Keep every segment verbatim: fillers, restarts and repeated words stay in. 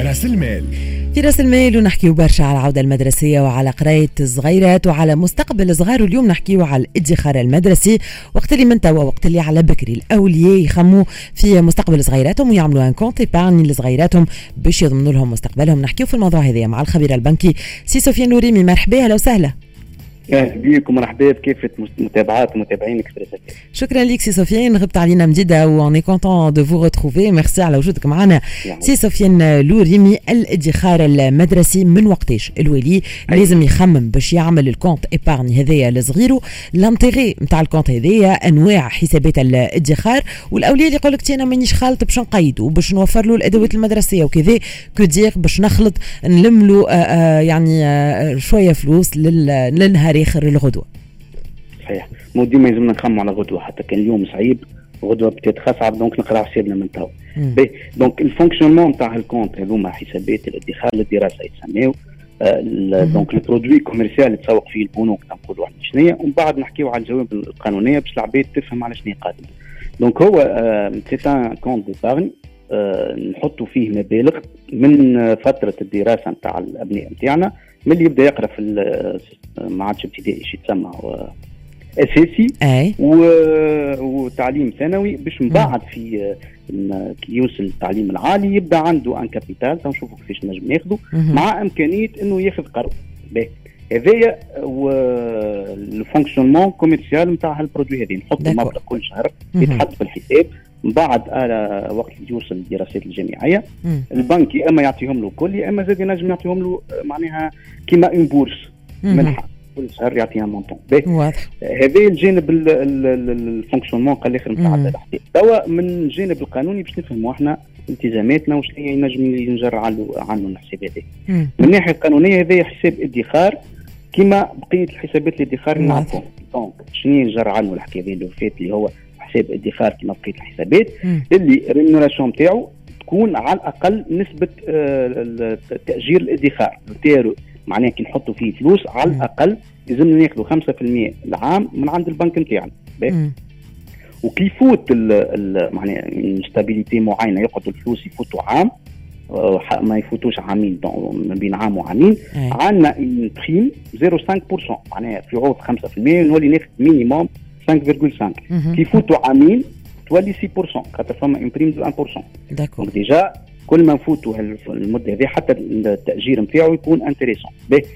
راس المال. في راس المال ونحكيو برشا على العودة المدرسية وعلى قراية الصغيرات وعلى مستقبل الصغار. واليوم نحكيو على الادخار المدرسي، وقت اللي من توا وقت اللي على بكري الأولياء يخموا في مستقبل صغيراتهم ويعملوا ان كونت ايبارني لصغيراتهم باش يضمنوا لهم مستقبلهم. نحكيو في الموضوع هذا مع الخبير البنكي سي سفيان نوريمي. مرحبا، اهلا وسهلا. اهلا بكم ومرحبا بكافة متابعات ومتابعين اكسبريس. شكرا لك سي سفيان، غبت علينا مجدة واني كونتون دو فو ريتروفي. ميرسي على وجودك معنا. سي سفيان لوريمي، الادخار المدرسي من وقتاش الولي لازم يخمم باش يعمل الكونت ايبارني هذايا لصغيره؟ لانتيغي نتاع الكونت هذايا، انواع حسابات الادخار، والاولياء اللي يقول لك انا مانيش خالط باش نقيد وباش نوفر له الادوات المدرسيه وكذا كودير باش نخلط نلم له يعني آه شويه فلوس للنهار اخر الغدوه. صحيح، مو ديما لازمنا نخمم على غدوه، حتى كان اليوم صعيب غدوه بتات خاصه، دونك نقرا حسابنا من تو. بي دونك الفونكسيونمون تاع الكونت هذوما حسابات الادخار للدراسه يتسميو آه دونك البرودوي كوميرسيال تسوق فيه البنوك نقولوا احنا شنيا، ومن بعد نحكيو على الجوانب القانونيه باش العباد تفهم على شنو قادم. دونك هو سي ان كونت ديبارن نحطوا فيه مبالغ من فتره الدراسه نتاع الابناء نتاعنا، من اللي يبدا يقرا في ما عادش ابتدائي شي تسمى اساسي وتعليم ثانوي، باش من بعد في كي يوصل التعليم العالي يبدا عنده ان كابيتال تنشوفوا كيفاش نجم ياخذوا مع امكانيه انه ياخذ قرض. هذايا الفونكسيونمون كوميرسيال نتاع هالبرودوي هذه، نحط مبلغ كل شهر يتحط في الحساب. من بعد على وقت اللي يوصل الدراسات الجامعيه البنك يا اما يعطيهم له كل، يا اما زاد ينجم يعطيهم له معناها كيما اون بورس منحه كل شهر يعطيها مونطون. هذا الجانب الفونكسيونمون قال الاخر نتاع الحساب. توا من الجانب القانوني باش نفهموا احنا التزاماتنا وش هي ينجم ينجر عنه الحساب هذا. من الناحيه القانونيه هذا حساب ادخار كيما بقيه الحسابات الادخار اللي نعرفهم. دونك شنو ينجر عنه الحكايه اللي فات اللي هو حساب ادخار كما بقيه الحسابات اللي الريمونيراسيون نتاعو تكون على الاقل نسبه آه تاجير الادخار تاعو، معناها كي نحطوا فيه فلوس على الاقل لازمنا ناخذوا خمسة بالمئة العام من عند البنك نتاعنا. وكي يفوت معناها ستابيليتي معينه يقعد الفلوس يفوتوا عام ما يفوتوش عامين، ما بين عام وعامين عندنا بريم صفر فاصلة خمسة بالمئة، معناها في عوض خمسة بالمئة نولي ناخذ مينيموم خمسة فاصلة خمسة. كي يفوتوا عامين تولي ستة بالمئة خاطر فما اون بريم دو واحد بالمئة. دونك ديجا كل ما نفوتوا المده هذه حتى التاجير نتاعو يكون انتريسون.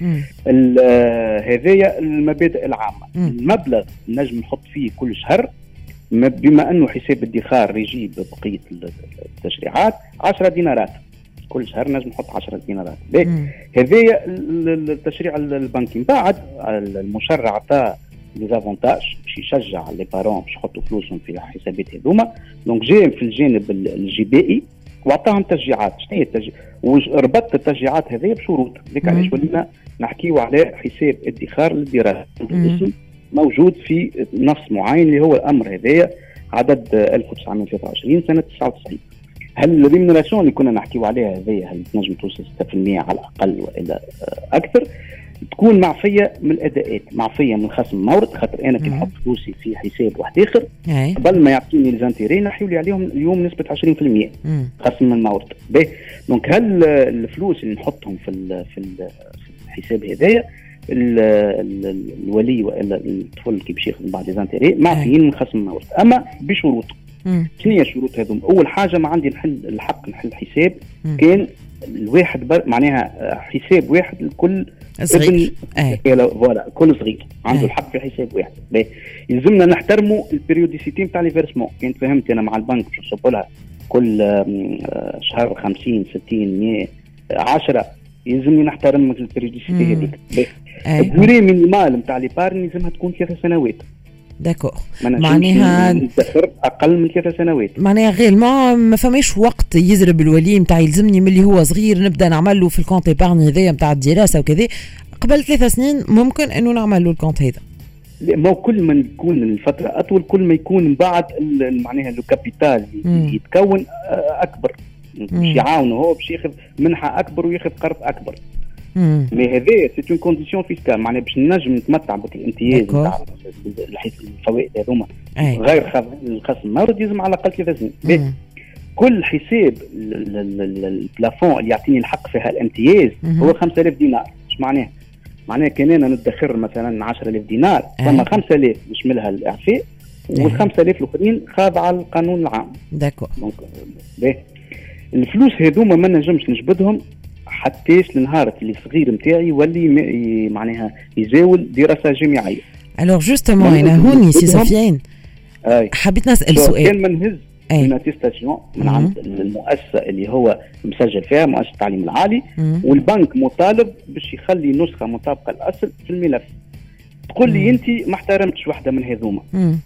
هذايا المبادئ العامه. المبلغ نجم نحط فيه كل شهر بما انه حساب الادخار يجيب بقيه التشريعات عشرة دينارات كل شهر، نجم نحط عشرة دينارات. هذايا التشريع البنكي. من بعد المشرع تاع ليزافونتاج باش يشجع لي بارون باش يحطوا فلوسهم في الحسابات هذوما. دونك جاي في الجانب الجبائي وعطاهم تشجيعات. شنو هي التشجيعات؟ وربطت التشجيعات هذه بشروط. ذيك علاش ولينا نحكيو على حساب ادخار للدراسه. الاسم موجود في نص معين اللي هو الامر هذايا عدد ألف وتسعمائة وثلاثة وعشرين سنه تسعة وتسعين. هل الريمونيراسيون اللي كنا نحكيو عليها هذايا هل تنجم توصل ستة بالمئة على الاقل والا اكثر؟ تكون معفيه من الاداءات، معفيه من خصم المورد، خاطر انا كي نحط فلوسي في حساب واحد اخر قبل ما يعطيني الزانتيري نحيو لي عليهم اليوم نسبه عشرين بالمئة خصم من المورد. باهي دونك هل الفلوس اللي نحطهم في في الحساب هذايا الولي والا الطفل كي باش ياخذ بعد الزانتيري معفيين من خصم المورد، اما بشروط. شنو هي الشروط هذوم؟ اول حاجه ما عندي نحل الحق نحل حساب كان الواحد بر... معناها حساب واحد لكل صغير. فوالا كل صغير عنده أي. الحق في حساب واحد. يلزمنا نحترموا البريوديسيتي نتاع لي فيرسمون. كنت فهمت انا مع البنك باش نصب لها كل شهر خمسين ستين مية عشرة، يلزمني نحترم البريوديسيتي هذيك. الدوري مينيمال نتاع لي بارني لازمها تكون ثلاث سنوات. داكور، معناها ندخر اقل من ثلاث سنوات. معناها غير ما ما فماش وقت يزرب الولي نتاع يلزمني ملي هو صغير نبدا نعمل له في الكونت ايبارني هذايا نتاع الدراسه وكذا. قبل ثلاث سنين ممكن انه نعمل له الكونت هذا. ما كل ما يكون الفتره اطول كل ما يكون من بعد معناها لو كابيتال يتكون اكبر باش يعاونه هو باش ياخذ منحه اكبر وياخذ قرض اكبر. مي هذا سي اون كونديسيون فيسكال، معناها باش نجم نتمتع بالامتياز نتاع الفوائد هذوما غير الخصم المورد يلزم على الاقل ثلاث سنين. كل حساب البلافون اللي يعطيني الحق فيها الامتياز هو خمسة آلاف دينار. ايش معناه؟ معناه كان انا ندخر مثلا عشرة آلاف دينار، ثم خمسة آلاف يشملها الاعفاء والخمسة آلاف الاخرين خاضعه للقانون العام. داكو. باهي. الفلوس هذوما ما نجمش نجبدهم حتىش لنهار اللي صغير نتاعي يولي معناها يزاول دراسه جامعيه. الوغ جوستومون انا هوني سي سفيان حبيت نسال سؤال. كان منهز من اتيستاسيون من عند المؤسسه اللي هو مسجل فيها مؤسسه التعليم العالي، والبنك مطالب باش يخلي نسخه مطابقه الاصل في الملف. تقول لي انت ما احترمتش واحده من هذوما،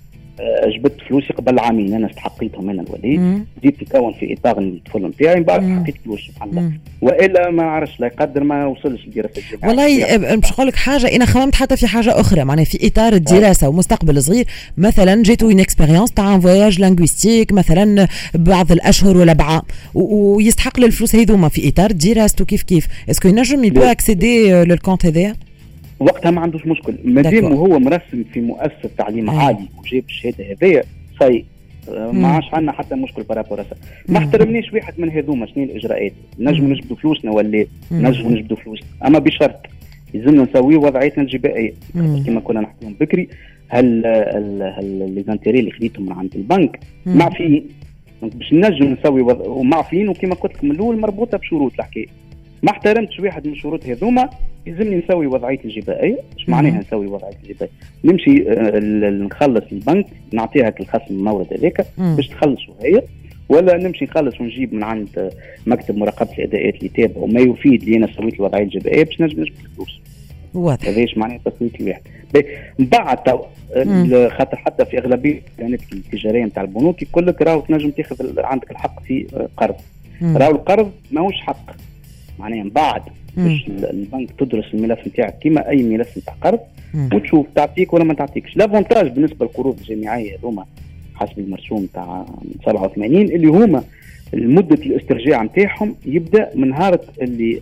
أه جبت فلوسي قبل عامين انا استحقيتهم انا الوليد، بديت نكون في اطار الطفل نتاعي من بعد حقيت فلوس سبحان الله، والا ما عرفش لا يقدر ما وصلش لدراسه الجامعه. والله باش نقول لك حاجه، انا خممت حتى في حاجه اخرى معناها في اطار الدراسه ومستقبل صغير، مثلا جيتو اون اكسبيريونس تاع ان فواياج لانغويستيك مثلا بعض الاشهر ولا بعام ويستحق للفلوس هذوما في اطار دراسته كيف كيف، اسكو ينجم يبو اكسيدي للكونت هذايا؟ وقتها ما عندوش مشكل مادام وهو مرسم في مؤسسه تعليم عالي وجاب الشهاده هذيا صاي ما عادش عندنا حتى مشكل بارابور. ما احترمنيش واحد من هذوما شنو الاجراءات؟ نجم نجبدوا فلوسنا ولا نجم نجبدوا فلوس، اما بشرط يلزمنا نسويو وضعيتنا الجبائيه كما كنا نحكيهم بكري. هل هل لي زانتيري اللي خديتهم من عند البنك معفيين باش نجم نسوي ومعفيين، وكما قلت لك من الاول مربوطه بشروط الحكايه. ما احترمتش واحد من الشروط هذوما يلزمني نسوي وضعيه الجبائيه. ايش معناها نسوي وضعيه الجبائيه؟ نمشي نخلص البنك نعطيها الخصم المورد هذاك باش تخلصوا هي، ولا نمشي نخلص ونجيب من عند مكتب مراقبه الاداءات اللي يتابعوا ما يفيد لي انا سويت الوضعيه الجبائيه باش نجم نجبد الفلوس. واضح. هذا ايش معناها تصويت الواحد. من بعد خاطر حتى في اغلبيه البيانات التجاريه نتاع البنوك يقول لك راهو تنجم تاخذ عندك الحق في قرض، راهو القرض ماهوش حق. معناها من بعد باش البنك تدرس الملف نتاعك كما اي ملف نتاع قرض وتشوف تعطيك ولا ما تعطيكش. لافونتاج بالنسبه للقروض الجامعيه هذوما حسب المرسوم تاع سبعة وثمانين اللي هما مده الاسترجاع نتاعهم يبدا من نهار اللي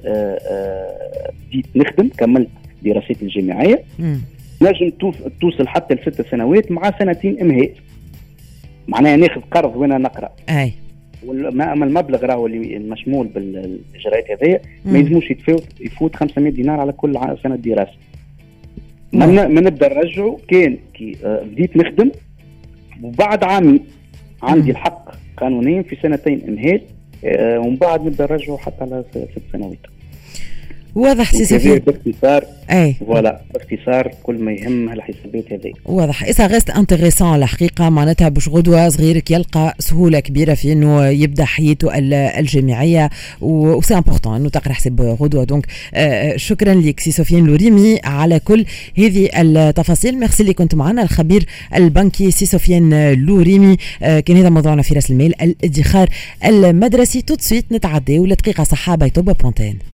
بديت نخدم كملت دراستي الجامعيه، نجم توصل حتى لست سنوات مع سنتين امهال. معناها ناخذ قرض وانا نقرا اي ما اما المبلغ راهو اللي مشمول بالاجراءات هذيا ما يلزموش يتفوت يفوت خمسمائة دينار على كل سنه دراسه. ما نبدا نرجعه كان كي بديت نخدم وبعد عامين عندي الحق قانونيا في سنتين امهال، ومن بعد نبدا نرجعه حتى على ست سنوات. واضح سي سفيان. باختصار اي فوالا باختصار كل ما يهم هالحسابات هذه. واضح. إذا غيست انتريسون الحقيقه معناتها باش غدوه صغيرك يلقى سهوله كبيره في انه يبدا حياته الجامعيه وسي امبورطون انه تقرا حساب غدوه. دونك آه شكرا لك سي سفيان لوريمي على كل هذه التفاصيل. ميرسي اللي كنت معنا الخبير البنكي سي سفيان لوريمي. آه كان هذا موضوعنا في راس المال الادخار المدرسي. تو سويت نتعداو لدقيقه صحابه توبا بونتين.